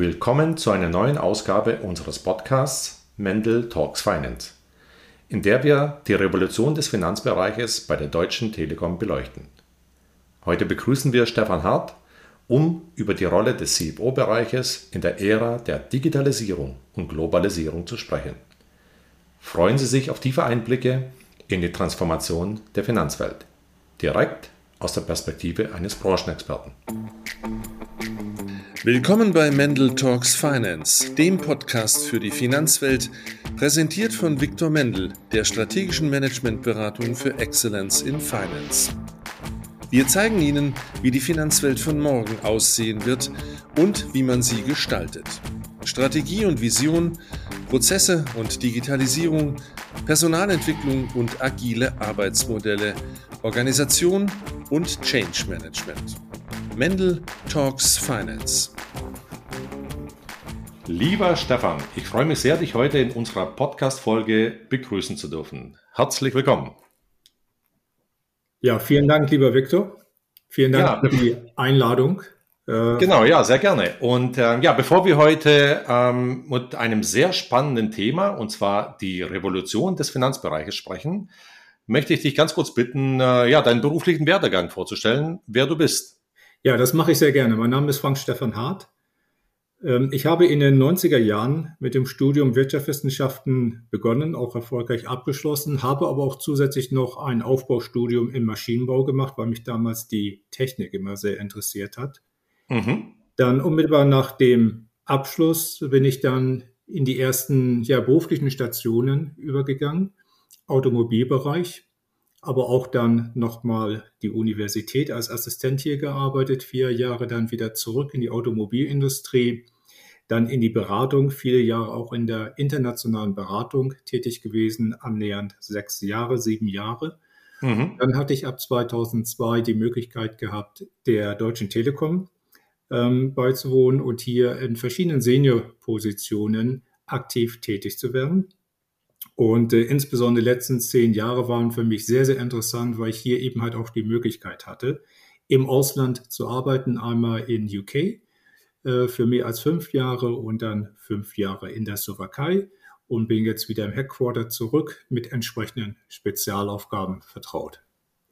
Willkommen zu einer neuen Ausgabe unseres Podcasts Mendel Talks Finance, in der wir die Revolution des Finanzbereiches bei der Deutschen Telekom beleuchten. Heute begrüßen wir Stefan Hart, um über die Rolle des CFO-Bereiches in der Ära der Digitalisierung und Globalisierung zu sprechen. Freuen Sie sich auf tiefe Einblicke in die Transformation der Finanzwelt, direkt aus der Perspektive eines Branchenexperten. Willkommen bei Mendel Talks Finance, dem Podcast für die Finanzwelt, präsentiert von Viktor Mendel, der strategischen Managementberatung für Excellence in Finance. Wir zeigen Ihnen, wie die Finanzwelt von morgen aussehen wird und wie man sie gestaltet. Strategie und Vision, Prozesse und Digitalisierung, Personalentwicklung und agile Arbeitsmodelle, Organisation und Change Management. Mendel Talks Finance. Lieber Stefan, ich freue mich sehr, dich heute in unserer Podcast-Folge begrüßen zu dürfen. Herzlich willkommen. Ja, vielen Dank, lieber Viktor. Vielen Dank für die Einladung. Genau, ja, sehr gerne. Und bevor wir heute mit einem sehr spannenden Thema, und zwar die Revolution des Finanzbereiches sprechen, möchte ich dich ganz kurz bitten, deinen beruflichen Werdegang vorzustellen, wer du bist. Ja, das mache ich sehr gerne. Mein Name ist Frank-Stefan Hart. Ich habe in den 90er Jahren mit dem Studium Wirtschaftswissenschaften begonnen, auch erfolgreich abgeschlossen, habe aber auch zusätzlich noch ein Aufbaustudium im Maschinenbau gemacht, weil mich damals die Technik immer sehr interessiert hat. Dann unmittelbar nach dem Abschluss bin ich dann in die ersten beruflichen Stationen übergegangen, Automobilbereich, aber auch dann nochmal die Universität als Assistent hier gearbeitet, 4 Jahre dann wieder zurück in die Automobilindustrie, dann in die Beratung, viele Jahre auch in der internationalen Beratung tätig gewesen, annähernd 7 Jahre. Dann hatte ich ab 2002 die Möglichkeit gehabt, der Deutschen Telekom beizuwohnen und hier in verschiedenen Seniorpositionen aktiv tätig zu werden. Und insbesondere die letzten 10 Jahre waren für mich sehr, sehr interessant, weil ich hier eben halt auch die Möglichkeit hatte, im Ausland zu arbeiten, einmal in UK für mehr als 5 Jahre und dann 5 Jahre in der Slowakei und bin jetzt wieder im Headquarter zurück mit entsprechenden Spezialaufgaben vertraut.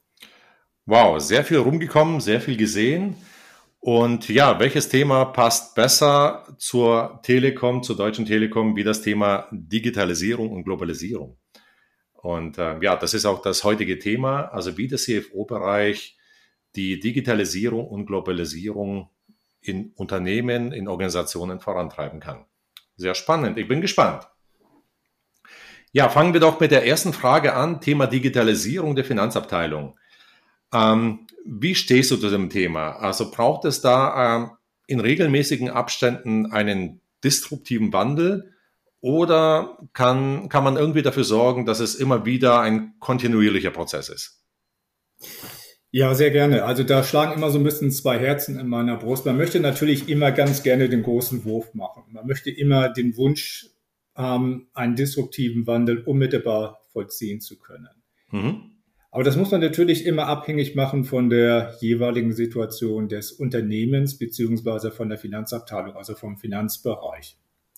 Wow, sehr viel rumgekommen, sehr viel gesehen. Und ja, welches Thema passt besser zur Telekom, zur Deutschen Telekom, wie das Thema Digitalisierung und Globalisierung? Und das ist auch das heutige Thema, also wie der CFO-Bereich die Digitalisierung und Globalisierung in Unternehmen, in Organisationen vorantreiben kann. Sehr spannend, ich bin gespannt. Ja, fangen wir doch mit der ersten Frage an, Thema Digitalisierung der Finanzabteilung. Wie stehst du zu dem Thema? Also braucht es da in regelmäßigen Abständen einen disruptiven Wandel oder kann man irgendwie dafür sorgen, dass es immer wieder ein kontinuierlicher Prozess ist? Ja, sehr gerne. Also da schlagen immer so ein bisschen 2 Herzen in meiner Brust. Man möchte natürlich immer ganz gerne den großen Wurf machen. Man möchte immer den Wunsch haben, einen disruptiven Wandel unmittelbar vollziehen zu können. Aber das muss man natürlich immer abhängig machen von der jeweiligen Situation des Unternehmens beziehungsweise von der Finanzabteilung, also vom Finanzbereich.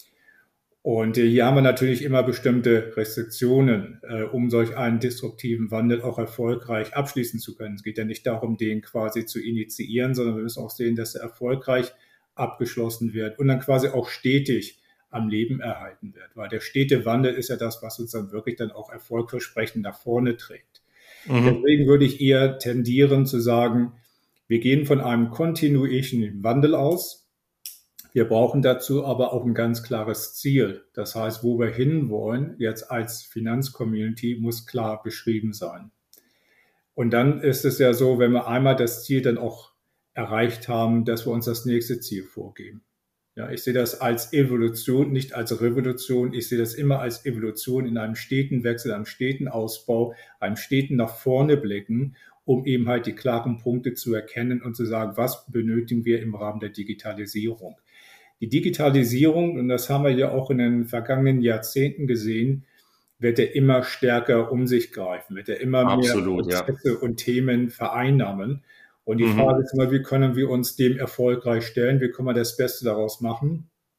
Und hier haben wir natürlich immer bestimmte Restriktionen, um solch einen disruptiven Wandel auch erfolgreich abschließen zu können. Es geht ja nicht darum, den quasi zu initiieren, sondern wir müssen auch sehen, dass er erfolgreich abgeschlossen wird und dann quasi auch stetig am Leben erhalten wird. Weil der stete Wandel ist ja das, was uns dann wirklich dann auch erfolgversprechend nach vorne trägt. Deswegen würde ich eher tendieren zu sagen, wir gehen von einem kontinuierlichen Wandel aus. Wir brauchen dazu aber auch ein ganz klares Ziel. Das heißt, wo wir hinwollen, jetzt als Finanzcommunity, muss klar beschrieben sein. Und dann ist es ja so, wenn wir einmal das Ziel dann auch erreicht haben, dass wir uns das nächste Ziel vorgeben. Ja, ich sehe das als Evolution, nicht als Revolution. Ich sehe das immer als Evolution in einem steten Wechsel, einem steten Ausbau, einem steten nach vorne blicken, um eben halt die klaren Punkte zu erkennen und zu sagen, was benötigen wir im Rahmen der Digitalisierung. Die Digitalisierung, und das haben wir ja auch in den vergangenen Jahrzehnten gesehen, wird ja immer stärker um sich greifen, wird ja immer mehr Prozesse und Themen vereinnahmen. Und die Frage ist immer, wie können wir uns dem erfolgreich stellen? Wie können wir das Beste daraus machen?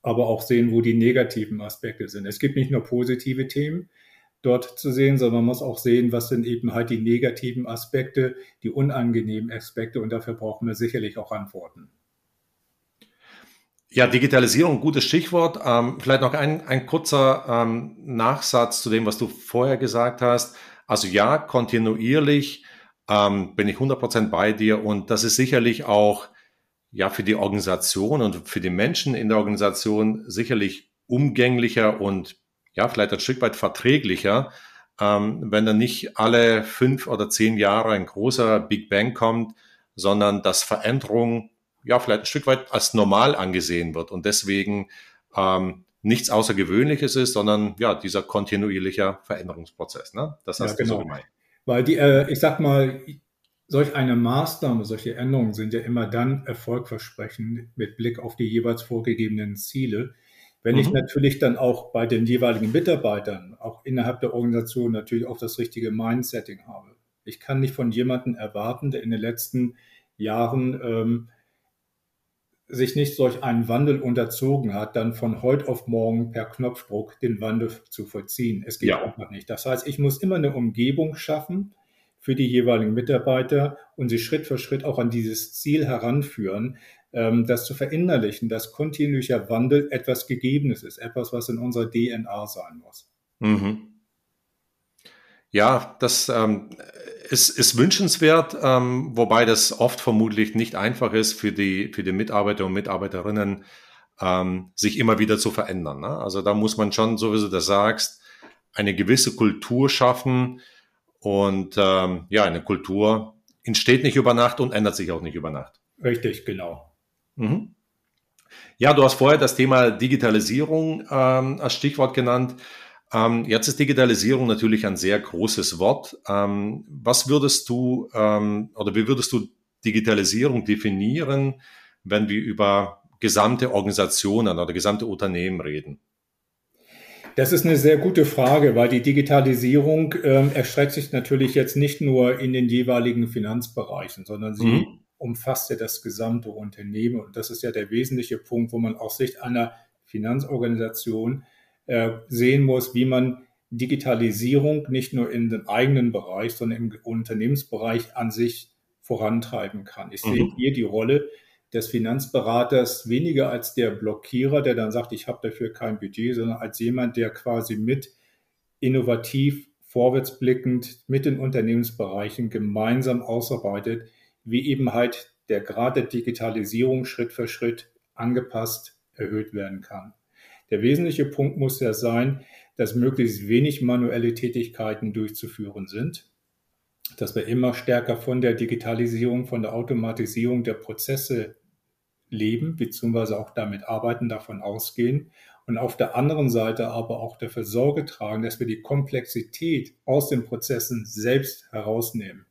aber auch sehen, wo die negativen Aspekte sind. Es gibt nicht nur positive Themen dort zu sehen, sondern man muss auch sehen, was sind eben halt die negativen Aspekte, die unangenehmen Aspekte, und dafür brauchen wir sicherlich auch Antworten. Ja, Digitalisierung, gutes Stichwort. Vielleicht noch ein kurzer Nachsatz zu dem, was du vorher gesagt hast. Also ja, kontinuierlich bin ich 100% bei dir, und das ist sicherlich auch ja für die Organisation und für die Menschen in der Organisation sicherlich umgänglicher und ja vielleicht ein Stück weit verträglicher, wenn dann nicht alle 5 oder 10 Jahre ein großer Big Bang kommt, sondern dass Veränderung ja vielleicht ein Stück weit als normal angesehen wird und deswegen nichts Außergewöhnliches ist, sondern ja dieser kontinuierliche Veränderungsprozess. Ne? Das Ja, hast du so genau. gemeint. Weil ich sag mal, solch eine Maßnahme, solche Änderungen sind ja immer dann erfolgversprechend mit Blick auf die jeweils vorgegebenen Ziele, wenn ich Mhm. natürlich dann auch bei den jeweiligen Mitarbeitern, auch innerhalb der Organisation natürlich auch das richtige Mindsetting habe. Ich kann nicht von jemandem erwarten, der in den letzten Jahren sich nicht solch einen Wandel unterzogen hat, dann von heute auf morgen per Knopfdruck den Wandel zu vollziehen. Es geht Ja. einfach nicht. Das heißt, ich muss immer eine Umgebung schaffen für die jeweiligen Mitarbeiter und sie Schritt für Schritt auch an dieses Ziel heranführen, das zu verinnerlichen, dass kontinuierlicher Wandel etwas Gegebenes ist, etwas, was in unserer DNA sein muss. Mhm. Ja, das ist wünschenswert, wobei das oft vermutlich nicht einfach ist für die Mitarbeiter und Mitarbeiterinnen, sich immer wieder zu verändern. Ne? Also da muss man schon, so wie du das sagst, eine gewisse Kultur schaffen, und ja, eine Kultur entsteht nicht über Nacht und ändert sich auch nicht über Nacht. Richtig, genau. Mhm. Ja, du hast vorher das Thema Digitalisierung als Stichwort genannt. Jetzt ist Digitalisierung natürlich ein sehr großes Wort. Was würdest du oder wie würdest du Digitalisierung definieren, wenn wir über gesamte Organisationen oder gesamte Unternehmen reden? Das ist eine sehr gute Frage, weil die Digitalisierung erstreckt sich natürlich jetzt nicht nur in den jeweiligen Finanzbereichen, sondern sie Mhm. umfasst ja das gesamte Unternehmen. Und das ist ja der wesentliche Punkt, wo man aus Sicht einer Finanzorganisation sehen muss, wie man Digitalisierung nicht nur in dem eigenen Bereich, sondern im Unternehmensbereich an sich vorantreiben kann. Ich sehe Mhm. hier die Rolle des Finanzberaters weniger als der Blockierer, der dann sagt, ich habe dafür kein Budget, sondern als jemand, der quasi mit innovativ, vorwärtsblickend mit den Unternehmensbereichen gemeinsam ausarbeitet, wie eben halt der Grad der Digitalisierung Schritt für Schritt angepasst erhöht werden kann. Der wesentliche Punkt muss ja sein, dass möglichst wenig manuelle Tätigkeiten durchzuführen sind, dass wir immer stärker von der Digitalisierung, von der Automatisierung der Prozesse leben, beziehungsweise auch damit arbeiten, davon ausgehen. Und auf der anderen Seite aber auch dafür Sorge tragen, dass wir die Komplexität aus den Prozessen selbst herausnehmen.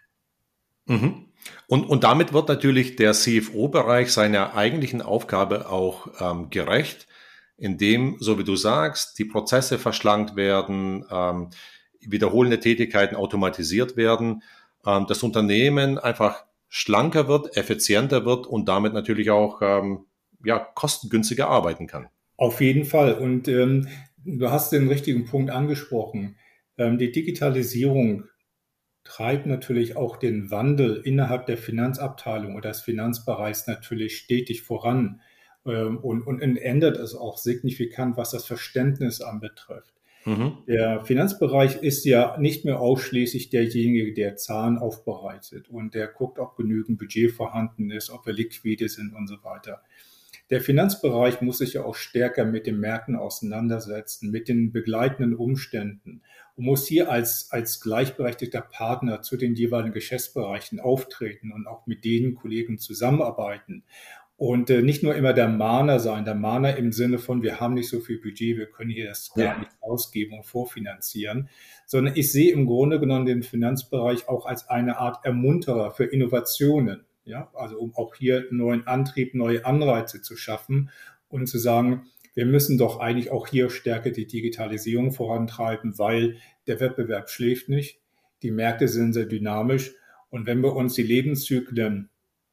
Mhm. Und damit wird natürlich der CFO-Bereich seiner eigentlichen Aufgabe auch gerecht, indem, so wie du sagst, die Prozesse verschlankt werden, wiederholende Tätigkeiten automatisiert werden, das Unternehmen einfach schlanker wird, effizienter wird und damit natürlich auch ja, kostengünstiger arbeiten kann. Auf jeden Fall. Und du hast den richtigen Punkt angesprochen. Die Digitalisierung treibt natürlich auch den Wandel innerhalb der Finanzabteilung oder des Finanzbereichs natürlich stetig voran und ändert es auch signifikant, was das Verständnis anbetrifft. Mhm. Der Finanzbereich ist ja nicht mehr ausschließlich derjenige, der Zahlen aufbereitet und der guckt, ob genügend Budget vorhanden ist, ob wir liquide sind und so weiter. Der Finanzbereich muss sich ja auch stärker mit den Märkten auseinandersetzen, mit den begleitenden Umständen und muss hier als gleichberechtigter Partner zu den jeweiligen Geschäftsbereichen auftreten und auch mit den Kollegen zusammenarbeiten. Und nicht nur immer der Mahner sein, der Mahner im Sinne von, wir haben nicht so viel Budget, wir können hier das gar Ja. nicht ausgeben und vorfinanzieren, sondern ich sehe im Grunde genommen den Finanzbereich auch als eine Art Ermunterer für Innovationen. Ja, also um auch hier neuen Antrieb, neue Anreize zu schaffen und zu sagen, wir müssen doch eigentlich auch hier stärker die Digitalisierung vorantreiben, weil der Wettbewerb schläft nicht. Die Märkte sind sehr dynamisch. Und wenn wir uns die Lebenszyklen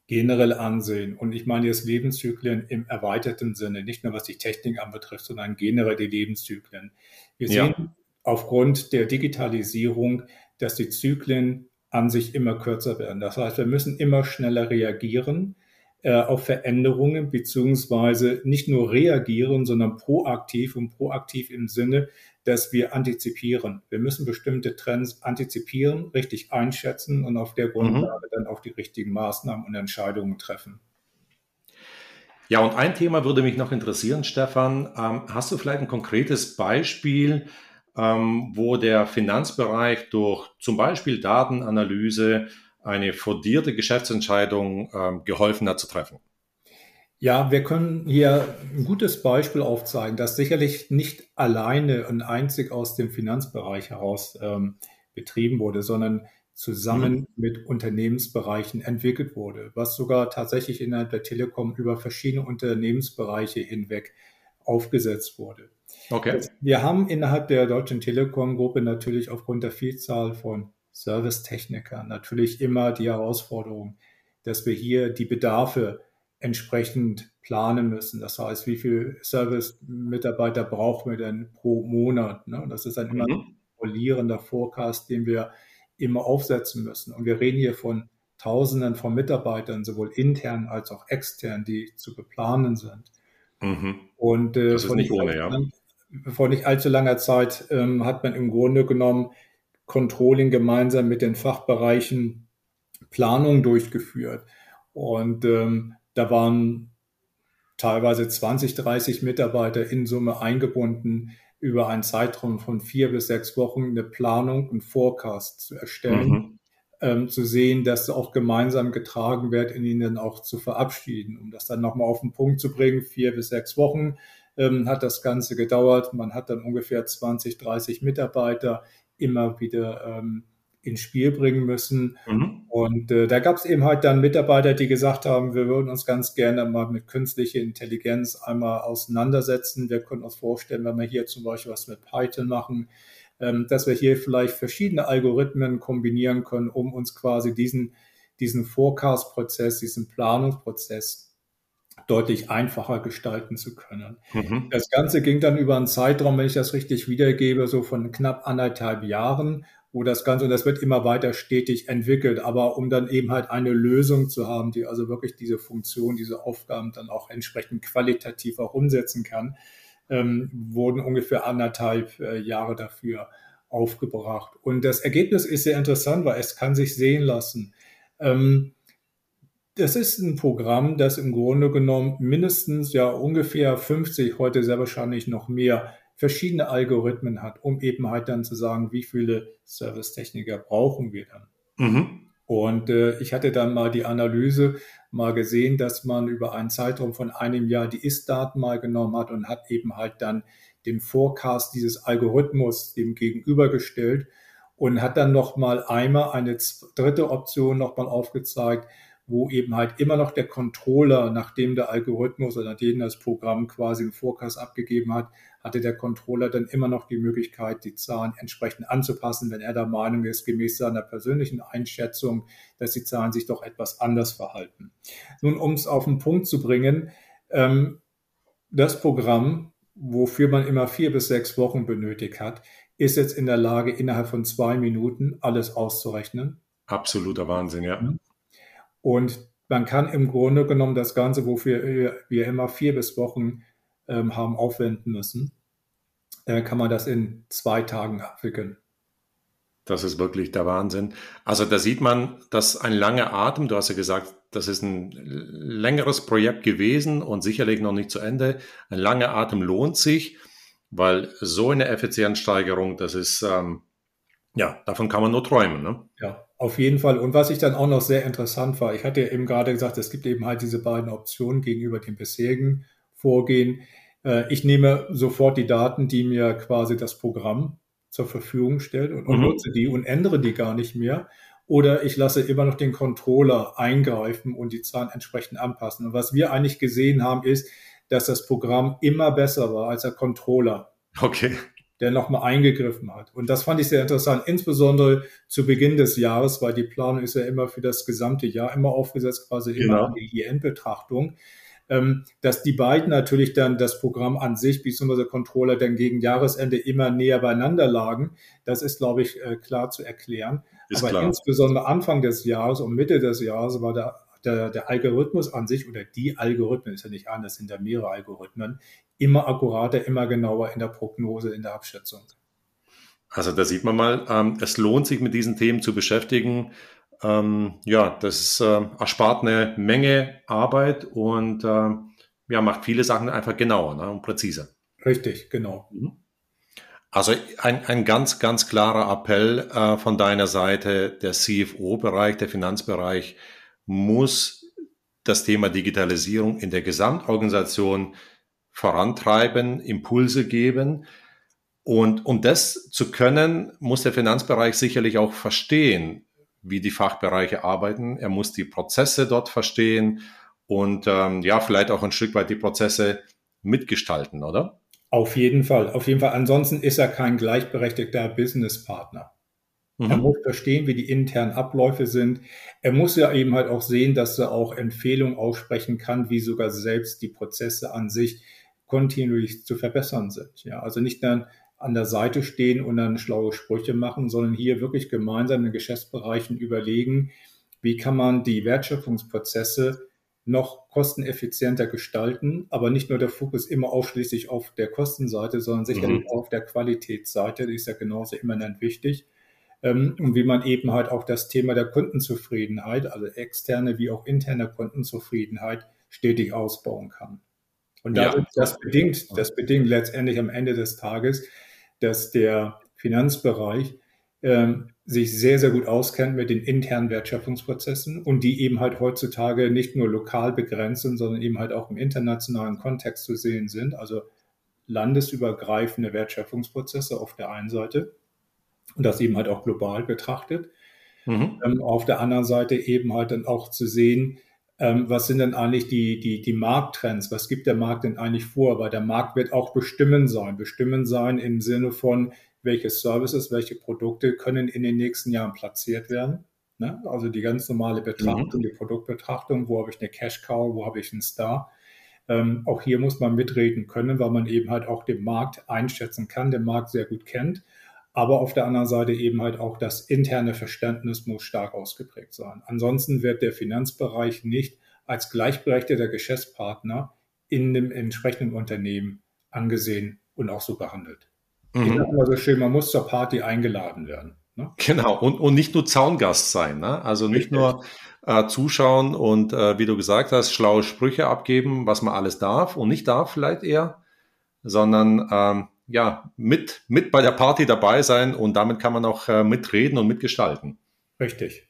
generell ansehen. Und ich meine jetzt Lebenszyklen im erweiterten Sinne, nicht nur was die Technik anbetrifft, sondern generell die Lebenszyklen. Wir Ja. sehen aufgrund der Digitalisierung, dass die Zyklen an sich immer kürzer werden. Das heißt, wir müssen immer schneller reagieren auf Veränderungen, beziehungsweise nicht nur reagieren, sondern proaktiv, und proaktiv im Sinne, dass wir antizipieren. Wir müssen bestimmte Trends antizipieren, richtig einschätzen und auf der Mhm. Grundlage dann auch die richtigen Maßnahmen und Entscheidungen treffen. Ja, und ein Thema würde mich noch interessieren, Stefan. Hast du vielleicht ein konkretes Beispiel, wo der Finanzbereich durch zum Beispiel Datenanalyse eine fundierte Geschäftsentscheidung geholfen hat zu treffen? Ja, wir können hier ein gutes Beispiel aufzeigen, das sicherlich nicht alleine und einzig aus dem Finanzbereich heraus betrieben wurde, sondern zusammen Mhm. mit Unternehmensbereichen entwickelt wurde, was sogar tatsächlich innerhalb der Telekom über verschiedene Unternehmensbereiche hinweg aufgesetzt wurde. Okay. Wir haben innerhalb der Deutschen Telekom-Gruppe natürlich aufgrund der Vielzahl von Servicetechnikern natürlich immer die Herausforderung, dass wir hier die Bedarfe entsprechend planen müssen. Das heißt, wie viel Service-Mitarbeiter brauchen wir denn pro Monat? Ne? Das ist dann immer ein Mhm. rollierender Forecast, den wir immer aufsetzen müssen. Und wir reden hier von Tausenden von Mitarbeitern, sowohl intern als auch extern, die zu beplanen sind. Mhm. Und Das ist nicht ohne, ja. vor nicht allzu langer Zeit hat man im Grunde genommen Controlling gemeinsam mit den Fachbereichen Planung durchgeführt. Und da waren teilweise 20, 30 Mitarbeiter in Summe eingebunden, über einen Zeitraum von 4 bis 6 Wochen eine Planung, einen Forecast zu erstellen, Mhm. zu sehen, dass auch gemeinsam getragen wird, in ihnen dann auch zu verabschieden. Um das dann nochmal auf den Punkt zu bringen, 4 bis 6 Wochen hat das Ganze gedauert. Man hat dann ungefähr 20, 30 Mitarbeiter immer wieder ins Spiel bringen müssen. Mhm. Und da gab es eben halt dann Mitarbeiter, die gesagt haben, wir würden uns ganz gerne mal mit künstlicher Intelligenz einmal auseinandersetzen. Wir können uns vorstellen, wenn wir hier zum Beispiel was mit Python machen, dass wir hier vielleicht verschiedene Algorithmen kombinieren können, um uns quasi diesen Forecast-Prozess, diesen Planungsprozess deutlich einfacher gestalten zu können. Mhm. Das Ganze ging dann über einen Zeitraum, wenn ich das richtig wiedergebe, so von knapp 1,5 Jahren, wo das Ganze, und das wird immer weiter stetig entwickelt, aber um dann eben halt eine Lösung zu haben, die also wirklich diese Funktion, diese Aufgaben dann auch entsprechend qualitativ auch umsetzen kann, wurden ungefähr 1,5 Jahre dafür aufgebracht. Und das Ergebnis ist sehr interessant, weil es kann sich sehen lassen. Ähm, Das ist ein Programm, das im Grunde genommen mindestens ja ungefähr 50, heute sehr wahrscheinlich noch mehr, verschiedene Algorithmen hat, um eben halt dann zu sagen, wie viele Servicetechniker brauchen wir dann. Mhm. Und ich hatte dann mal die Analyse mal gesehen, dass man über einen Zeitraum von einem Jahr die Ist-Daten mal genommen hat und hat eben halt dann den Forecast dieses Algorithmus dem gegenübergestellt und hat dann noch mal einmal eine dritte Option noch mal aufgezeigt, wo eben halt immer noch der Controller, nachdem der Algorithmus oder nachdem das Programm quasi einen Forecast abgegeben hat, hatte der Controller dann immer noch die Möglichkeit, die Zahlen entsprechend anzupassen, wenn er der Meinung ist, gemäß seiner persönlichen Einschätzung, dass die Zahlen sich doch etwas anders verhalten. Nun, um es auf den Punkt zu bringen, das Programm, wofür man immer 4 bis 6 Wochen benötigt hat, ist jetzt in der Lage, innerhalb von 2 Minuten alles auszurechnen. Absoluter Wahnsinn, ja. Und man kann im Grunde genommen das Ganze, wofür wir immer 4 bis 6 Wochen haben aufwenden müssen, kann man das in 2 Tagen abwickeln. Das ist wirklich der Wahnsinn. Also da sieht man, dass ein langer Atem, du hast ja gesagt, das ist ein längeres Projekt gewesen und sicherlich noch nicht zu Ende. Ein langer Atem lohnt sich, weil so eine Effizienzsteigerung, das ist, ja, davon kann man nur träumen, ne? Ja, auf jeden Fall. Und was ich dann auch noch sehr interessant war, ich hatte ja eben gerade gesagt, es gibt eben halt diese beiden Optionen gegenüber dem bisherigen Vorgehen. Ich nehme sofort die Daten, die mir quasi das Programm zur Verfügung stellt und nutze Mhm. die und ändere die gar nicht mehr. Oder ich lasse immer noch den Controller eingreifen und die Zahlen entsprechend anpassen. Und was wir eigentlich gesehen haben, ist, dass das Programm immer besser war als der Controller. Okay. der nochmal eingegriffen hat. Und das fand ich sehr interessant, insbesondere zu Beginn des Jahres, weil die Planung ist ja immer für das gesamte Jahr immer aufgesetzt, quasi immer an die Year-End-Betrachtung, dass die beiden natürlich dann das Programm an sich, beziehungsweise Controller, dann gegen Jahresende immer näher beieinander lagen. Das ist, glaube ich, klar zu erklären. Ist aber klar. Insbesondere Anfang des Jahres und Mitte des Jahres war der Algorithmus an sich oder die Algorithmen, ist ja nicht ein, das sind ja mehrere Algorithmen, immer akkurater, immer genauer in der Prognose, in der Abschätzung. Also da sieht man mal, es lohnt sich mit diesen Themen zu beschäftigen. Das erspart eine Menge Arbeit und macht viele Sachen einfach genauer, ne, und präziser. Richtig, genau. Also ein ganz, ganz klarer Appell von deiner Seite, der CFO-Bereich, der Finanzbereich muss das Thema Digitalisierung in der Gesamtorganisation vorantreiben, Impulse geben. Und um das zu können, muss der Finanzbereich sicherlich auch verstehen, wie die Fachbereiche arbeiten. Er muss die Prozesse dort verstehen und vielleicht auch ein Stück weit die Prozesse mitgestalten, oder? Auf jeden Fall, auf jeden Fall. Ansonsten ist er kein gleichberechtigter Businesspartner. Er muss verstehen, wie die internen Abläufe sind. Er muss ja eben halt auch sehen, dass er auch Empfehlungen aussprechen kann, wie sogar selbst die Prozesse an sich kontinuierlich zu verbessern sind. Ja, also nicht dann an der Seite stehen und dann schlaue Sprüche machen, sondern hier wirklich gemeinsam in den Geschäftsbereichen überlegen, wie kann man die Wertschöpfungsprozesse noch kosteneffizienter gestalten, aber nicht nur der Fokus immer ausschließlich auf der Kostenseite, sondern sicherlich auch auf der Qualitätsseite, die ist ja genauso immanent wichtig. Und wie man eben halt auch das Thema der Kundenzufriedenheit, also externe wie auch interne Kundenzufriedenheit, stetig ausbauen kann. Und das bedingt letztendlich am Ende des Tages, dass der Finanzbereich sich sehr, sehr gut auskennt mit den internen Wertschöpfungsprozessen und die eben halt heutzutage nicht nur lokal begrenzt sind, sondern eben halt auch im internationalen Kontext zu sehen sind, also landesübergreifende Wertschöpfungsprozesse auf der einen Seite und das eben halt auch global betrachtet. Auf der anderen Seite eben halt dann auch zu sehen, was sind denn eigentlich die Markttrends? Was gibt der Markt denn eigentlich vor? Weil der Markt wird auch bestimmend sein. Bestimmend sein im Sinne von, welche Services, welche Produkte können in den nächsten Jahren platziert werden. Ne? Also die ganz normale Betrachtung, die Produktbetrachtung, wo habe ich eine Cash-Cow, wo habe ich einen Star. Auch hier muss man mitreden können, weil man eben halt auch den Markt einschätzen kann, den Markt sehr gut kennt. Aber auf der anderen Seite eben halt auch das interne Verständnis muss stark ausgeprägt sein. Ansonsten wird der Finanzbereich nicht als gleichberechtigter Geschäftspartner in dem entsprechenden Unternehmen angesehen und auch so behandelt. Ich sage immer so schön, man muss zur Party eingeladen werden. Ne? Genau, und nicht nur Zaungast sein, ne? Also nicht nur zuschauen und wie du gesagt hast, schlaue Sprüche abgeben, was man alles darf und nicht darf vielleicht eher, sondern mit bei der Party dabei sein und damit kann man auch mitreden und mitgestalten. Richtig.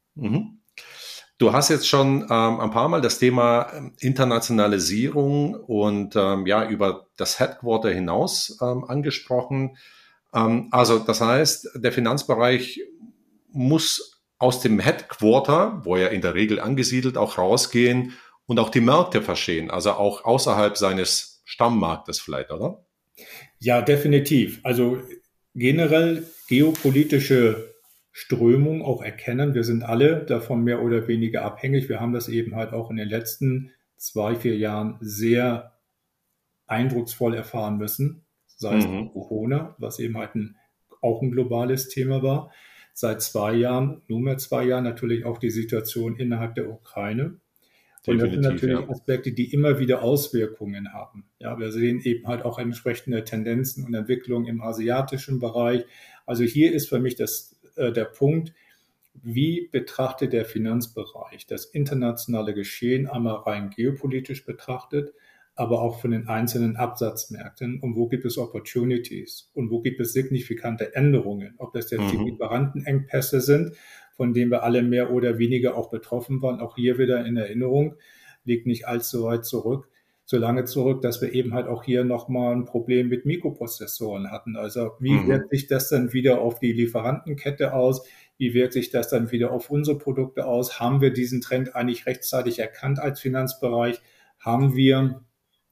Du hast jetzt schon ein paar Mal das Thema Internationalisierung und über das Headquarter hinaus angesprochen. Also das heißt, der Finanzbereich muss aus dem Headquarter, wo er in der Regel angesiedelt, auch rausgehen und auch die Märkte verstehen, also auch außerhalb seines Stammmarktes vielleicht, oder? Ja, definitiv. Also generell geopolitische Strömung auch erkennen. Wir sind alle davon mehr oder weniger abhängig. Wir haben das eben halt auch in den letzten 2-4 Jahren sehr eindrucksvoll erfahren müssen. Sei es Corona, was eben halt auch ein globales Thema war. Seit 2 Jahren, nunmehr 2 Jahren, natürlich auch die Situation innerhalb der Ukraine. Und das sind natürlich Aspekte, die immer wieder Auswirkungen haben. Ja, wir sehen eben halt auch entsprechende Tendenzen und Entwicklungen im asiatischen Bereich. Also hier ist für mich der Punkt, wie betrachtet der Finanzbereich das internationale Geschehen einmal rein geopolitisch betrachtet, aber auch von den einzelnen Absatzmärkten und wo gibt es Opportunities und wo gibt es signifikante Änderungen, ob das jetzt die Lieferantenengpässe sind, von denen wir alle mehr oder weniger auch betroffen waren. Auch hier wieder in Erinnerung, liegt nicht allzu weit zurück, so lange zurück, dass wir eben halt auch hier nochmal ein Problem mit Mikroprozessoren hatten. Also wie wirkt sich das dann wieder auf die Lieferantenkette aus? Wie wirkt sich das dann wieder auf unsere Produkte aus? Haben wir diesen Trend eigentlich rechtzeitig erkannt als Finanzbereich? Haben wir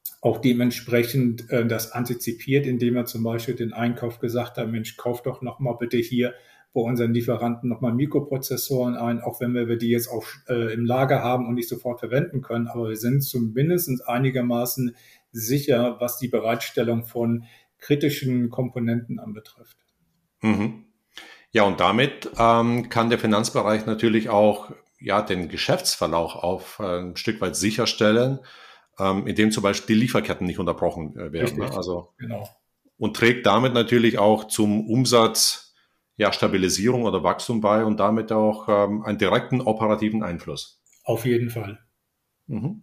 auch dementsprechend das antizipiert, indem er zum Beispiel den Einkauf gesagt hat, Mensch, kauf doch nochmal bitte hier bei unseren Lieferanten nochmal Mikroprozessoren ein, auch wenn wir die jetzt auch im Lager haben und nicht sofort verwenden können. Aber wir sind zumindest einigermaßen sicher, was die Bereitstellung von kritischen Komponenten anbetrifft. Mhm. Ja, und damit kann der Finanzbereich natürlich auch den Geschäftsverlauf auf ein Stück weit sicherstellen, indem zum Beispiel die Lieferketten nicht unterbrochen werden. Richtig, ne? Also, genau. und trägt damit natürlich auch zum Umsatz, Stabilisierung oder Wachstum bei und damit auch einen direkten operativen Einfluss. Auf jeden Fall. Mhm.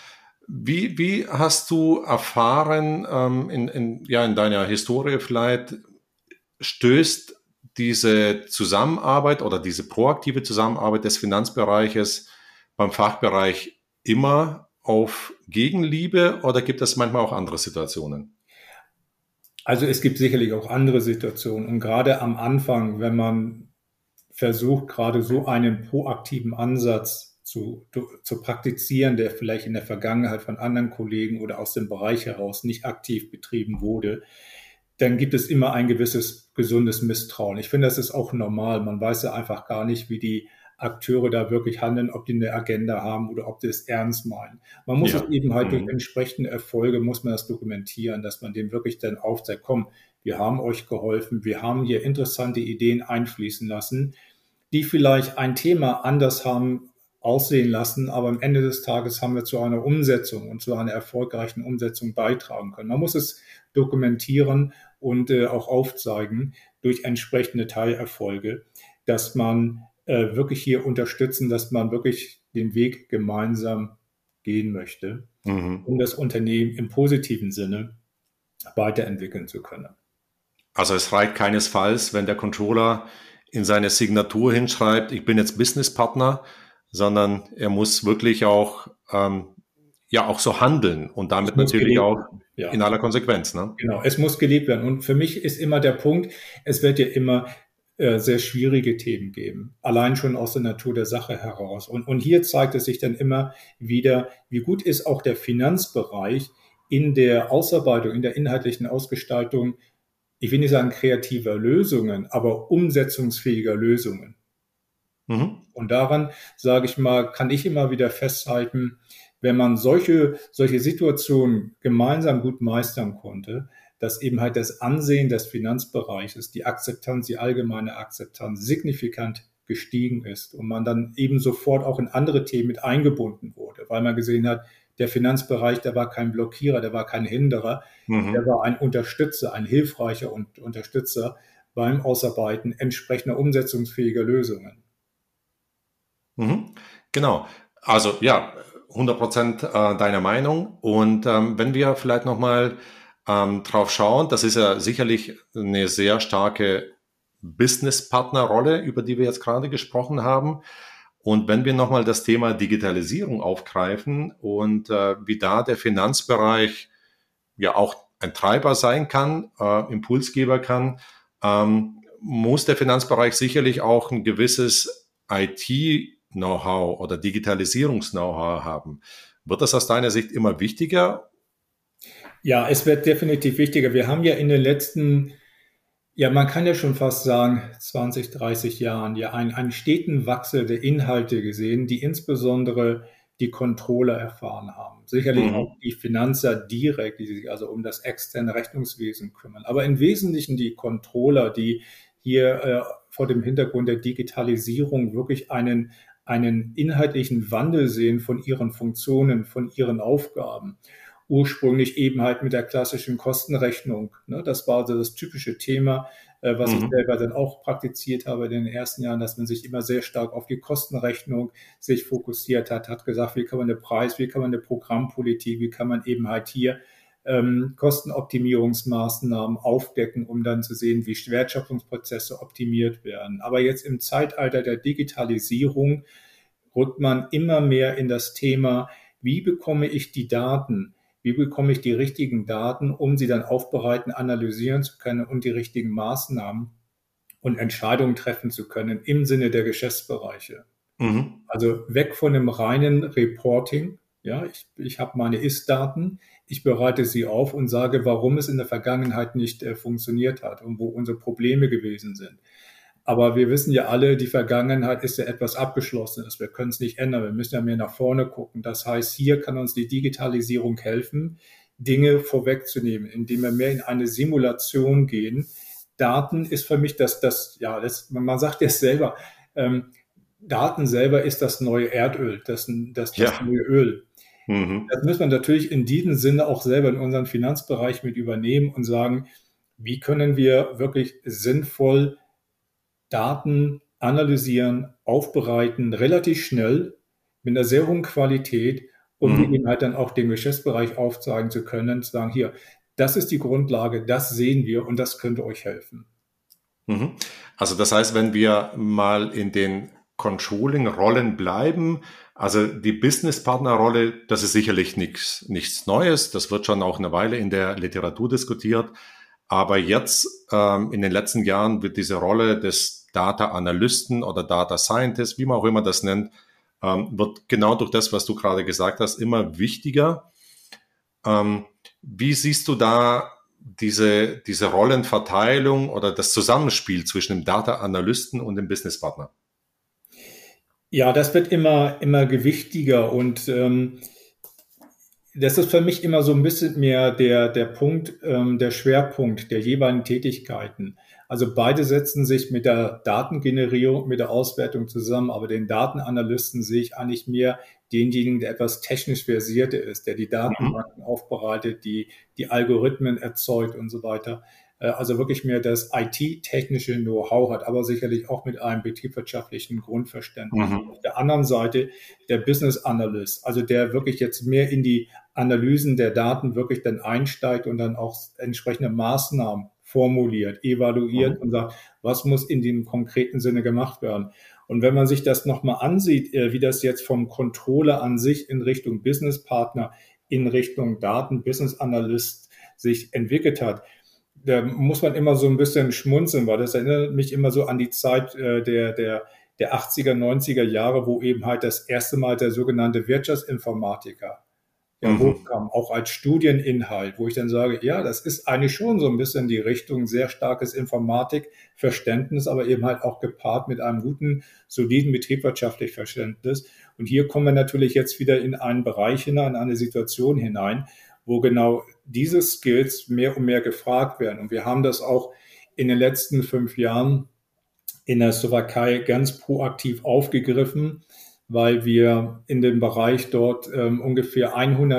Wie hast du erfahren, in deiner Historie vielleicht, stößt diese Zusammenarbeit oder diese proaktive Zusammenarbeit des Finanzbereiches beim Fachbereich immer auf Gegenliebe oder gibt es manchmal auch andere Situationen? Also es gibt sicherlich auch andere Situationen. Und gerade am Anfang, wenn man versucht, gerade so einen proaktiven Ansatz zu praktizieren, der vielleicht in der Vergangenheit von anderen Kollegen oder aus dem Bereich heraus nicht aktiv betrieben wurde, dann gibt es immer ein gewisses gesundes Misstrauen. Ich finde, das ist auch normal. Man weiß ja einfach gar nicht, wie die Akteure da wirklich handeln, ob die eine Agenda haben oder ob die es ernst meinen. Man muss es eben halt durch entsprechende Erfolge, muss man das dokumentieren, dass man dem wirklich dann aufzeigt, komm, wir haben euch geholfen, wir haben hier interessante Ideen einfließen lassen, die vielleicht ein Thema anders haben aussehen lassen, aber am Ende des Tages haben wir zu einer Umsetzung und zu einer erfolgreichen Umsetzung beitragen können. Man muss es dokumentieren und auch aufzeigen durch entsprechende Teilerfolge, dass man wirklich hier unterstützen, dass man wirklich den Weg gemeinsam gehen möchte, um das Unternehmen im positiven Sinne weiterentwickeln zu können. Also es reicht keinesfalls, wenn der Controller in seine Signatur hinschreibt, ich bin jetzt Businesspartner, sondern er muss wirklich auch auch so handeln und damit natürlich auch in aller Konsequenz. Ne? Genau, es muss gelebt werden. Und für mich ist immer der Punkt, es wird ja immer sehr schwierige Themen geben, allein schon aus der Natur der Sache heraus. Und hier zeigt es sich dann immer wieder, wie gut ist auch der Finanzbereich in der Ausarbeitung, in der inhaltlichen Ausgestaltung, ich will nicht sagen kreativer Lösungen, aber umsetzungsfähiger Lösungen. Und daran, sage ich mal, kann ich immer wieder festhalten, wenn man solche Situationen gemeinsam gut meistern konnte, dass eben halt das Ansehen des Finanzbereiches, die Akzeptanz, die allgemeine Akzeptanz signifikant gestiegen ist und man dann eben sofort auch in andere Themen mit eingebunden wurde, weil man gesehen hat, der Finanzbereich, der war kein Blockierer, der war kein Hinderer, der war ein Unterstützer, ein hilfreicher Unterstützer beim Ausarbeiten entsprechender umsetzungsfähiger Lösungen. Genau. Also 100% deiner Meinung. Und wenn wir vielleicht nochmal drauf schauen, das ist ja sicherlich eine sehr starke Business-Partner-Rolle, über die wir jetzt gerade gesprochen haben. Und wenn wir nochmal das Thema Digitalisierung aufgreifen und wie da der Finanzbereich ja auch ein Treiber sein kann, Impulsgeber kann, muss der Finanzbereich sicherlich auch ein gewisses IT-Know-how oder Digitalisierungs-Know-how haben. Wird das aus deiner Sicht immer wichtiger? Ja, es wird definitiv wichtiger. Wir haben ja in den letzten, man kann ja schon fast sagen, 20, 30 Jahren einen steten Wachsel der Inhalte gesehen, die insbesondere die Controller erfahren haben. Sicherlich auch die Finanzer direkt, die sich also um das externe Rechnungswesen kümmern. Aber im Wesentlichen die Controller, die hier vor dem Hintergrund der Digitalisierung wirklich einen inhaltlichen Wandel sehen von ihren Funktionen, von ihren Aufgaben. Ursprünglich eben halt mit der klassischen Kostenrechnung. Ne? Das war also das typische Thema, was ich selber dann auch praktiziert habe in den ersten Jahren, dass man sich immer sehr stark auf die Kostenrechnung sich fokussiert hat gesagt, wie kann man wie kann man eine Programmpolitik, wie kann man eben halt hier Kostenoptimierungsmaßnahmen aufdecken, um dann zu sehen, wie Wertschöpfungsprozesse optimiert werden. Aber jetzt im Zeitalter der Digitalisierung rückt man immer mehr in das Thema, wie bekomme ich die Daten? Wie bekomme ich die richtigen Daten, um sie dann aufbereiten, analysieren zu können und die richtigen Maßnahmen und Entscheidungen treffen zu können im Sinne der Geschäftsbereiche? Also weg von dem reinen Reporting, Ja, ich habe meine Ist-Daten, ich bereite sie auf und sage, warum es in der Vergangenheit nicht funktioniert hat und wo unsere Probleme gewesen sind. Aber wir wissen ja alle, die Vergangenheit ist ja etwas Abgeschlossenes. Wir können es nicht ändern. Wir müssen ja mehr nach vorne gucken. Das heißt, hier kann uns die Digitalisierung helfen, Dinge vorwegzunehmen, indem wir mehr in eine Simulation gehen. Daten ist für mich man sagt ja selber, Daten selber ist das neue Erdöl, das neue Öl. Mhm. Das muss man natürlich in diesem Sinne auch selber in unseren Finanzbereich mit übernehmen und sagen, wie können wir wirklich sinnvoll Daten analysieren, aufbereiten, relativ schnell, mit einer sehr hohen Qualität, um die eben halt dann auch den Geschäftsbereich aufzeigen zu können, zu sagen, hier, das ist die Grundlage, das sehen wir und das könnte euch helfen. Mhm. Also das heißt, wenn wir mal in den Controlling-Rollen bleiben, also die Business-Partner-Rolle, das ist sicherlich nichts Neues, das wird schon auch eine Weile in der Literatur diskutiert, aber jetzt in den letzten Jahren wird diese Rolle des Data-Analysten oder Data Scientist, wie man auch immer das nennt, wird genau durch das, was du gerade gesagt hast, immer wichtiger. Wie siehst du da diese Rollenverteilung oder das Zusammenspiel zwischen dem Data-Analysten und dem Business-Partner? Ja, das wird immer gewichtiger und das ist für mich immer so ein bisschen mehr der Punkt, der Schwerpunkt der jeweiligen Tätigkeiten. Also beide setzen sich mit der Datengenerierung, mit der Auswertung zusammen, aber den Datenanalysten sehe ich eigentlich mehr denjenigen, der etwas technisch versierter ist, der die Datenbanken aufbereitet, die Algorithmen erzeugt und so weiter. Also wirklich mehr das IT-technische Know-how hat, aber sicherlich auch mit einem betriebswirtschaftlichen Grundverständnis. Auf der anderen Seite der Business Analyst, also der wirklich jetzt mehr in die Analysen der Daten wirklich dann einsteigt und dann auch entsprechende Maßnahmen formuliert, evaluiert und sagt, was muss in dem konkreten Sinne gemacht werden. Und wenn man sich das nochmal ansieht, wie das jetzt vom Controller an sich in Richtung Business Partner, in Richtung Daten Business Analyst sich entwickelt hat, da muss man immer so ein bisschen schmunzeln, weil das erinnert mich immer so an die Zeit der 80er, 90er Jahre, wo eben halt das erste Mal der sogenannte Wirtschaftsinformatiker hochkam, auch als Studieninhalt, wo ich dann sage, ja, das ist eigentlich schon so ein bisschen die Richtung, sehr starkes Informatikverständnis, aber eben halt auch gepaart mit einem guten, soliden betriebswirtschaftlichen Verständnis. Und hier kommen wir natürlich jetzt wieder in einen Bereich hinein, in eine Situation hinein, wo genau diese Skills mehr und mehr gefragt werden. Und wir haben das auch in den letzten 5 Jahren in der Slowakei ganz proaktiv aufgegriffen, weil wir in dem Bereich dort ungefähr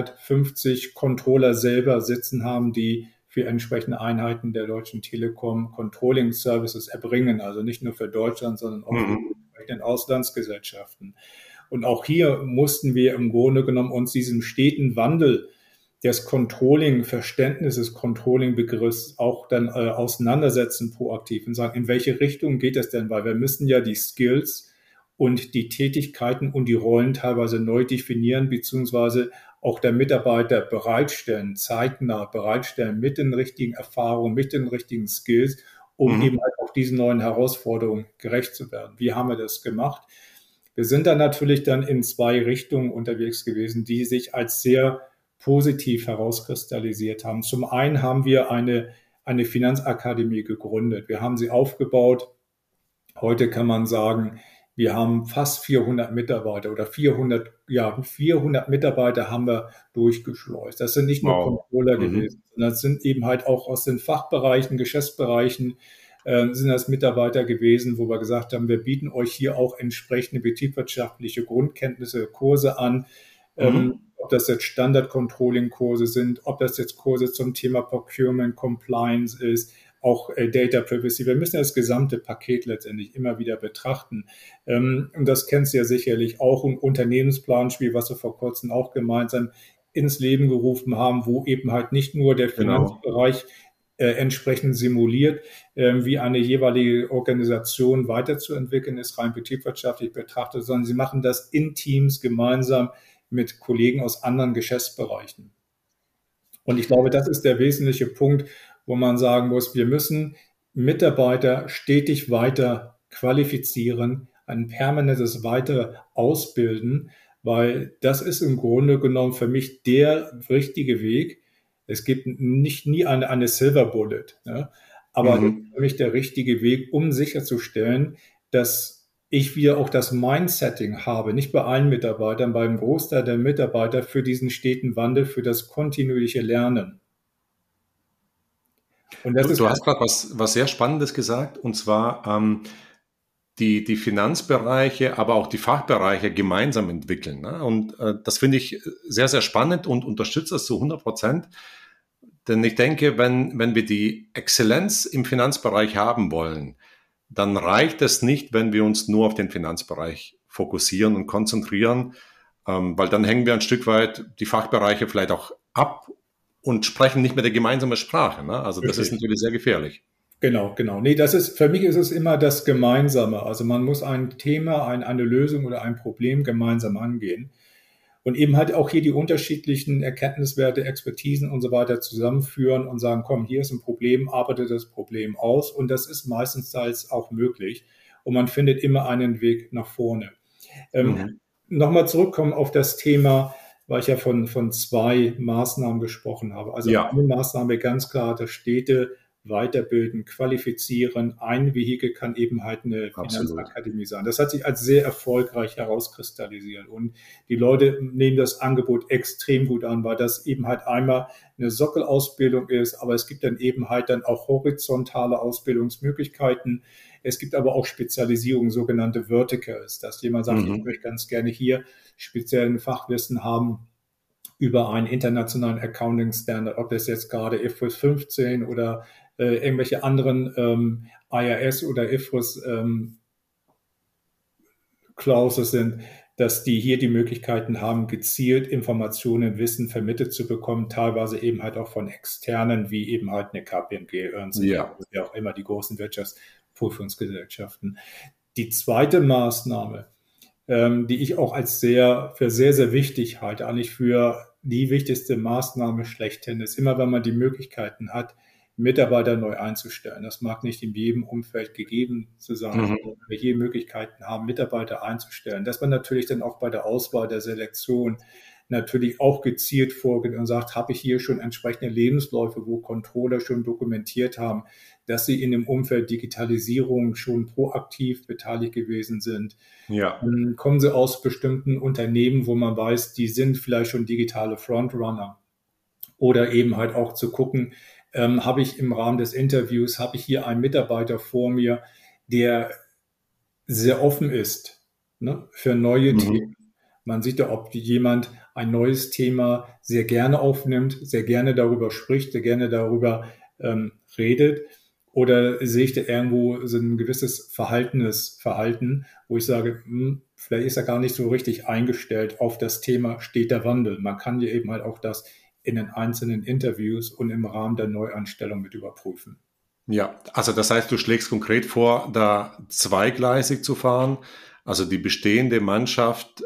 150 Controller selber sitzen haben, die für entsprechende Einheiten der Deutschen Telekom Controlling Services erbringen. Also nicht nur für Deutschland, sondern auch für den Auslandsgesellschaften. Und auch hier mussten wir im Grunde genommen uns diesem steten Wandel des Controlling-Verständnisses, Controlling-Begriffs auch dann auseinandersetzen proaktiv und sagen, in welche Richtung geht es denn? Weil wir müssen ja die Skills und die Tätigkeiten und die Rollen teilweise neu definieren, beziehungsweise auch der Mitarbeiter bereitstellen, zeitnah bereitstellen mit den richtigen Erfahrungen, mit den richtigen Skills, um eben halt auch diesen neuen Herausforderungen gerecht zu werden. Wie haben wir das gemacht? Wir sind dann natürlich dann in 2 Richtungen unterwegs gewesen, die sich als sehr positiv herauskristallisiert haben. Zum einen haben wir eine Finanzakademie gegründet. Wir haben sie aufgebaut. Heute kann man sagen, wir haben fast 400 Mitarbeiter oder 400 Mitarbeiter haben wir durchgeschleust. Das sind nicht nur Controller gewesen, sondern das sind eben halt auch aus den Fachbereichen, Geschäftsbereichen, sind das Mitarbeiter gewesen, wo wir gesagt haben, wir bieten euch hier auch entsprechende betriebswirtschaftliche Grundkenntnisse, Kurse an, ob das jetzt Standard-Controlling-Kurse sind, ob das jetzt Kurse zum Thema Procurement, Compliance ist, auch Data Privacy. Wir müssen das gesamte Paket letztendlich immer wieder betrachten. Und das kennst du ja sicherlich auch, ein Unternehmensplanspiel, was wir vor kurzem auch gemeinsam ins Leben gerufen haben, wo eben halt nicht nur der Finanzbereich entsprechend simuliert, wie eine jeweilige Organisation weiterzuentwickeln ist, rein betriebswirtschaftlich betrachtet, sondern sie machen das in Teams gemeinsam mit Kollegen aus anderen Geschäftsbereichen. Und ich glaube, das ist der wesentliche Punkt, wo man sagen muss, wir müssen Mitarbeiter stetig weiter qualifizieren, ein permanentes weiter ausbilden, weil das ist im Grunde genommen für mich der richtige Weg. Es gibt nie eine Silver Bullet, ne? Aber das ist für mich der richtige Weg, um sicherzustellen, dass ich wieder auch das Mindsetting habe, nicht bei allen Mitarbeitern, beim Großteil der Mitarbeiter für diesen steten Wandel, für das kontinuierliche Lernen. Und du hast gerade was sehr Spannendes gesagt, und zwar die Finanzbereiche, aber auch die Fachbereiche gemeinsam entwickeln. Ne? Und das finde ich sehr, sehr spannend und unterstütze das zu 100%. Denn ich denke, wenn wir die Exzellenz im Finanzbereich haben wollen, dann reicht es nicht, wenn wir uns nur auf den Finanzbereich fokussieren und konzentrieren, weil dann hängen wir ein Stück weit die Fachbereiche vielleicht auch ab und sprechen nicht mehr die gemeinsame Sprache. Ne? Also das ist natürlich sehr gefährlich. Genau. Nee, für mich ist es immer das Gemeinsame. Also man muss ein Thema, eine Lösung oder ein Problem gemeinsam angehen. Und eben halt auch hier die unterschiedlichen Erkenntniswerte, Expertisen und so weiter zusammenführen und sagen, komm, hier ist ein Problem, arbeite das Problem aus. Und das ist meistens auch möglich. Und man findet immer einen Weg nach vorne. Nochmal zurückkommen auf das Thema, weil ich ja von 2 Maßnahmen gesprochen habe. Also eine Maßnahme ganz klar, dass Städte weiterbilden, qualifizieren. Ein Vehikel kann eben halt eine Finanzakademie sein. Das hat sich als sehr erfolgreich herauskristallisiert. Und die Leute nehmen das Angebot extrem gut an, weil das eben halt einmal eine Sockelausbildung ist, aber es gibt dann eben halt dann auch horizontale Ausbildungsmöglichkeiten. Es gibt aber auch Spezialisierung, sogenannte Verticals, dass jemand sagt, ich möchte ganz gerne hier speziellen Fachwissen haben über einen internationalen Accounting-Standard, ob das jetzt gerade IFRS 15 oder irgendwelche anderen IRS oder IFRS Clauses sind, dass die hier die Möglichkeiten haben, gezielt Informationen, Wissen vermittelt zu bekommen, teilweise eben halt auch von Externen, wie eben halt eine KPMG, Ernst & Young, wie auch immer die großen Wirtschaftsprüfungsgesellschaften. Die zweite Maßnahme, die ich auch für sehr, sehr wichtig halte, eigentlich für die wichtigste Maßnahme schlechthin, ist immer, wenn man die Möglichkeiten hat, Mitarbeiter neu einzustellen. Das mag nicht in jedem Umfeld gegeben zu sein, aber wenn wir hier Möglichkeiten haben, Mitarbeiter einzustellen, dass man natürlich dann auch bei der Auswahl der Selektion natürlich auch gezielt vorgeht und sagt, habe ich hier schon entsprechende Lebensläufe, wo Controller schon dokumentiert haben, dass sie in dem Umfeld Digitalisierung schon proaktiv beteiligt gewesen sind. Dann kommen sie aus bestimmten Unternehmen, wo man weiß, die sind vielleicht schon digitale Frontrunner. Oder eben halt auch zu gucken, habe ich im Rahmen des Interviews, habe ich hier einen Mitarbeiter vor mir, der sehr offen ist, ne, für neue Themen. Man sieht ja, ob jemand ein neues Thema sehr gerne aufnimmt, sehr gerne darüber spricht, sehr gerne darüber redet. Oder sehe ich da irgendwo so ein gewisses Verhalten, wo ich sage, vielleicht ist er gar nicht so richtig eingestellt auf das Thema steter Wandel. Man kann ja eben halt auch das in den einzelnen Interviews und im Rahmen der Neuanstellung mit überprüfen. Ja, also das heißt, du schlägst konkret vor, da zweigleisig zu fahren, also die bestehende Mannschaft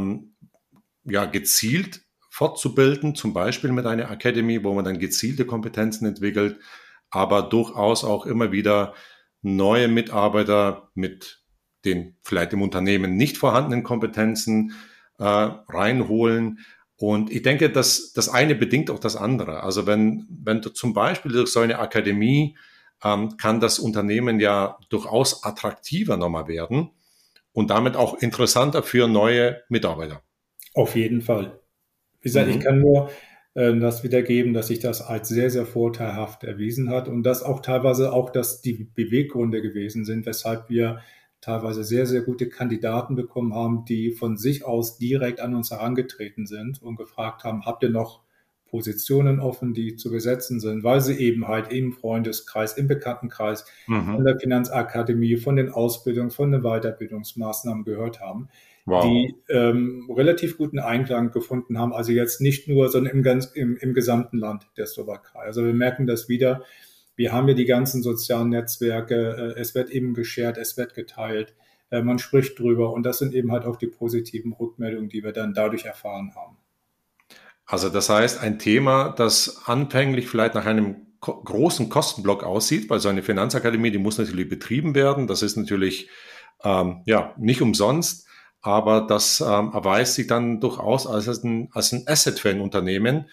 gezielt fortzubilden, zum Beispiel mit einer Academy, wo man dann gezielte Kompetenzen entwickelt, aber durchaus auch immer wieder neue Mitarbeiter mit den vielleicht im Unternehmen nicht vorhandenen Kompetenzen reinholen. Und ich denke, dass das eine bedingt auch das andere. Also wenn du zum Beispiel durch so eine Akademie kann das Unternehmen ja durchaus attraktiver nochmal werden und damit auch interessanter für neue Mitarbeiter. Auf jeden Fall. Wie gesagt, ich kann nur das wiedergeben, dass sich das als sehr, sehr vorteilhaft erwiesen hat und dass auch teilweise die Beweggründe gewesen sind, weshalb wir teilweise sehr, sehr gute Kandidaten bekommen haben, die von sich aus direkt an uns herangetreten sind und gefragt haben, habt ihr noch Positionen offen, die zu besetzen sind, weil sie eben halt im Freundeskreis, im Bekanntenkreis von der Finanzakademie, von den Ausbildungs-, von den Weiterbildungsmaßnahmen gehört haben, die relativ guten Einklang gefunden haben, also jetzt nicht nur, sondern im gesamten Land der Slowakei. Also wir merken das wieder. Wir haben ja die ganzen sozialen Netzwerke, es wird eben geshared, es wird geteilt, man spricht drüber und das sind eben halt auch die positiven Rückmeldungen, die wir dann dadurch erfahren haben. Also das heißt, ein Thema, das anfänglich vielleicht nach einem großen Kostenblock aussieht, weil so eine Finanzakademie, die muss natürlich betrieben werden, das ist natürlich nicht umsonst, aber das erweist sich dann durchaus als ein Asset für ein Unternehmen,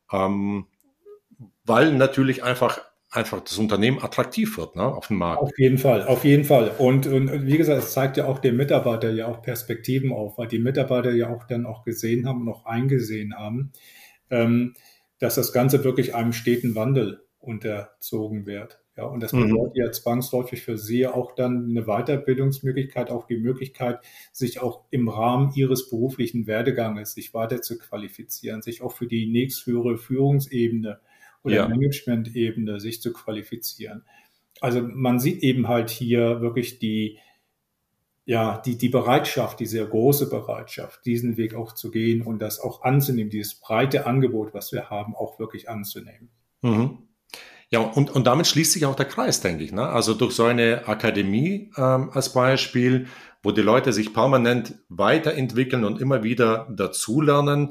weil natürlich einfach das Unternehmen attraktiv wird, ne, auf dem Markt. Auf jeden Fall, auf jeden Fall. Und wie gesagt, es zeigt ja auch dem Mitarbeiter ja auch Perspektiven auf, weil die Mitarbeiter ja auch dann auch gesehen haben und auch eingesehen haben, dass das Ganze wirklich einem steten Wandel unterzogen wird. Ja, und das bedeutet ja zwangsläufig für Sie auch dann eine Weiterbildungsmöglichkeit, auch die Möglichkeit, sich auch im Rahmen Ihres beruflichen Werdeganges sich weiter zu qualifizieren, sich auch für die nächsthöhere Führungsebene oder Management-Ebene sich zu qualifizieren. Also man sieht eben halt hier wirklich die Bereitschaft, die sehr große Bereitschaft, diesen Weg auch zu gehen und das auch anzunehmen, dieses breite Angebot, was wir haben, auch wirklich anzunehmen. Mhm. Ja, und damit schließt sich auch der Kreis, denke ich, ne? Also durch so eine Akademie als Beispiel, wo die Leute sich permanent weiterentwickeln und immer wieder dazulernen,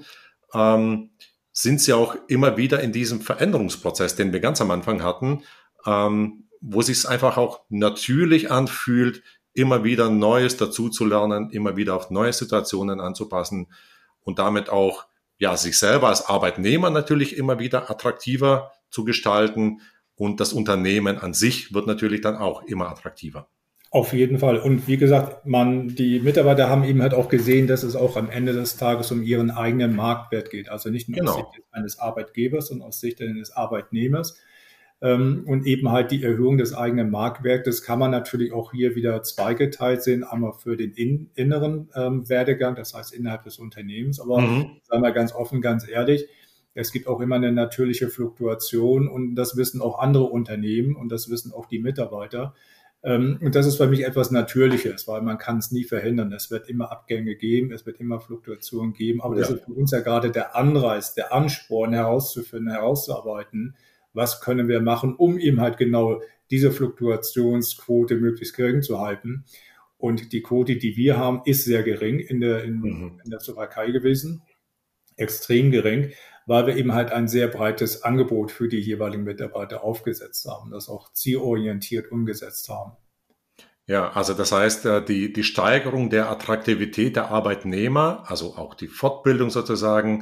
sind sie auch immer wieder in diesem Veränderungsprozess, den wir ganz am Anfang hatten, wo sich es einfach auch natürlich anfühlt, immer wieder Neues dazuzulernen, immer wieder auf neue Situationen anzupassen und damit auch sich selber als Arbeitnehmer natürlich immer wieder attraktiver zu gestalten und das Unternehmen an sich wird natürlich dann auch immer attraktiver. Auf jeden Fall. Und wie gesagt, die Mitarbeiter haben eben halt auch gesehen, dass es auch am Ende des Tages um ihren eigenen Marktwert geht. Also nicht nur aus Sicht eines Arbeitgebers, sondern aus Sicht eines Arbeitnehmers. Und eben halt die Erhöhung des eigenen Marktwertes kann man natürlich auch hier wieder zweigeteilt sehen. Einmal für den inneren Werdegang, das heißt innerhalb des Unternehmens. Aber sagen wir ganz offen, ganz ehrlich, es gibt auch immer eine natürliche Fluktuation und das wissen auch andere Unternehmen und das wissen auch die Mitarbeiter. Und das ist für mich etwas Natürliches, weil man kann es nie verhindern. Es wird immer Abgänge geben, es wird immer Fluktuationen geben. Aber das ist für uns ja gerade der Anreiz, der Ansporn herauszufinden, herauszuarbeiten, was können wir machen, um eben halt genau diese Fluktuationsquote möglichst gering zu halten. Und die Quote, die wir haben, ist sehr gering in der Slowakei gewesen, extrem gering, weil wir eben halt ein sehr breites Angebot für die jeweiligen Mitarbeiter aufgesetzt haben, das auch zielorientiert umgesetzt haben. Ja, also das heißt, die Steigerung der Attraktivität der Arbeitnehmer, also auch die Fortbildung sozusagen,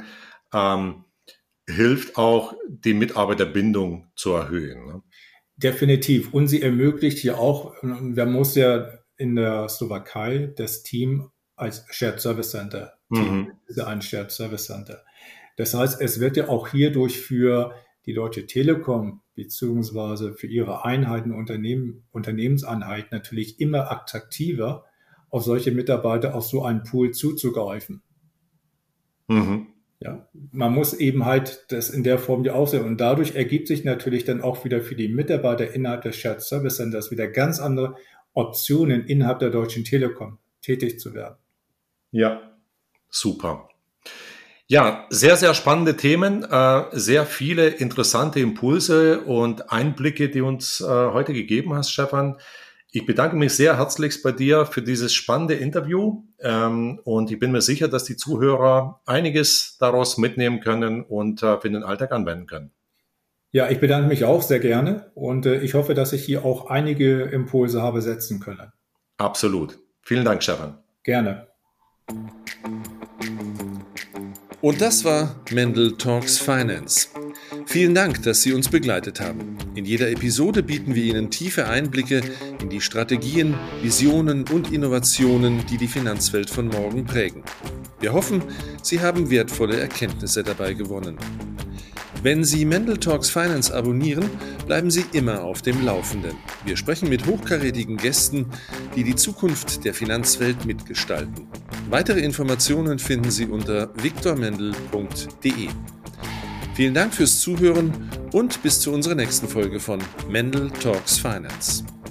hilft auch, die Mitarbeiterbindung zu erhöhen. Ne? Definitiv. Und sie ermöglicht hier auch, wir muss ja in der Slowakei das Team als Shared Service Center. Ist ja ein Shared Service Center. Das heißt, es wird ja auch hierdurch für die Deutsche Telekom beziehungsweise für ihre Einheiten, Unternehmenseinheiten natürlich immer attraktiver, auf solche Mitarbeiter aus so einem Pool zuzugreifen. Ja, man muss eben halt das in der Form ja auch sehen. Und dadurch ergibt sich natürlich dann auch wieder für die Mitarbeiter innerhalb des Shared Service Centers wieder ganz andere Optionen innerhalb der Deutschen Telekom tätig zu werden. Ja, super. Ja, sehr, sehr spannende Themen, sehr viele interessante Impulse und Einblicke, die uns heute gegeben hast, Stefan. Ich bedanke mich sehr herzlichst bei dir für dieses spannende Interview und ich bin mir sicher, dass die Zuhörer einiges daraus mitnehmen können und für den Alltag anwenden können. Ja, ich bedanke mich auch sehr gerne und ich hoffe, dass ich hier auch einige Impulse habe setzen können. Absolut. Vielen Dank, Stefan. Gerne. Und das war Mendel Talks Finance. Vielen Dank, dass Sie uns begleitet haben. In jeder Episode bieten wir Ihnen tiefe Einblicke in die Strategien, Visionen und Innovationen, die die Finanzwelt von morgen prägen. Wir hoffen, Sie haben wertvolle Erkenntnisse dabei gewonnen. Wenn Sie Mendel Talks Finance abonnieren, bleiben Sie immer auf dem Laufenden. Wir sprechen mit hochkarätigen Gästen, die die Zukunft der Finanzwelt mitgestalten. Weitere Informationen finden Sie unter viktormendel.de. Vielen Dank fürs Zuhören und bis zu unserer nächsten Folge von Mendel Talks Finance.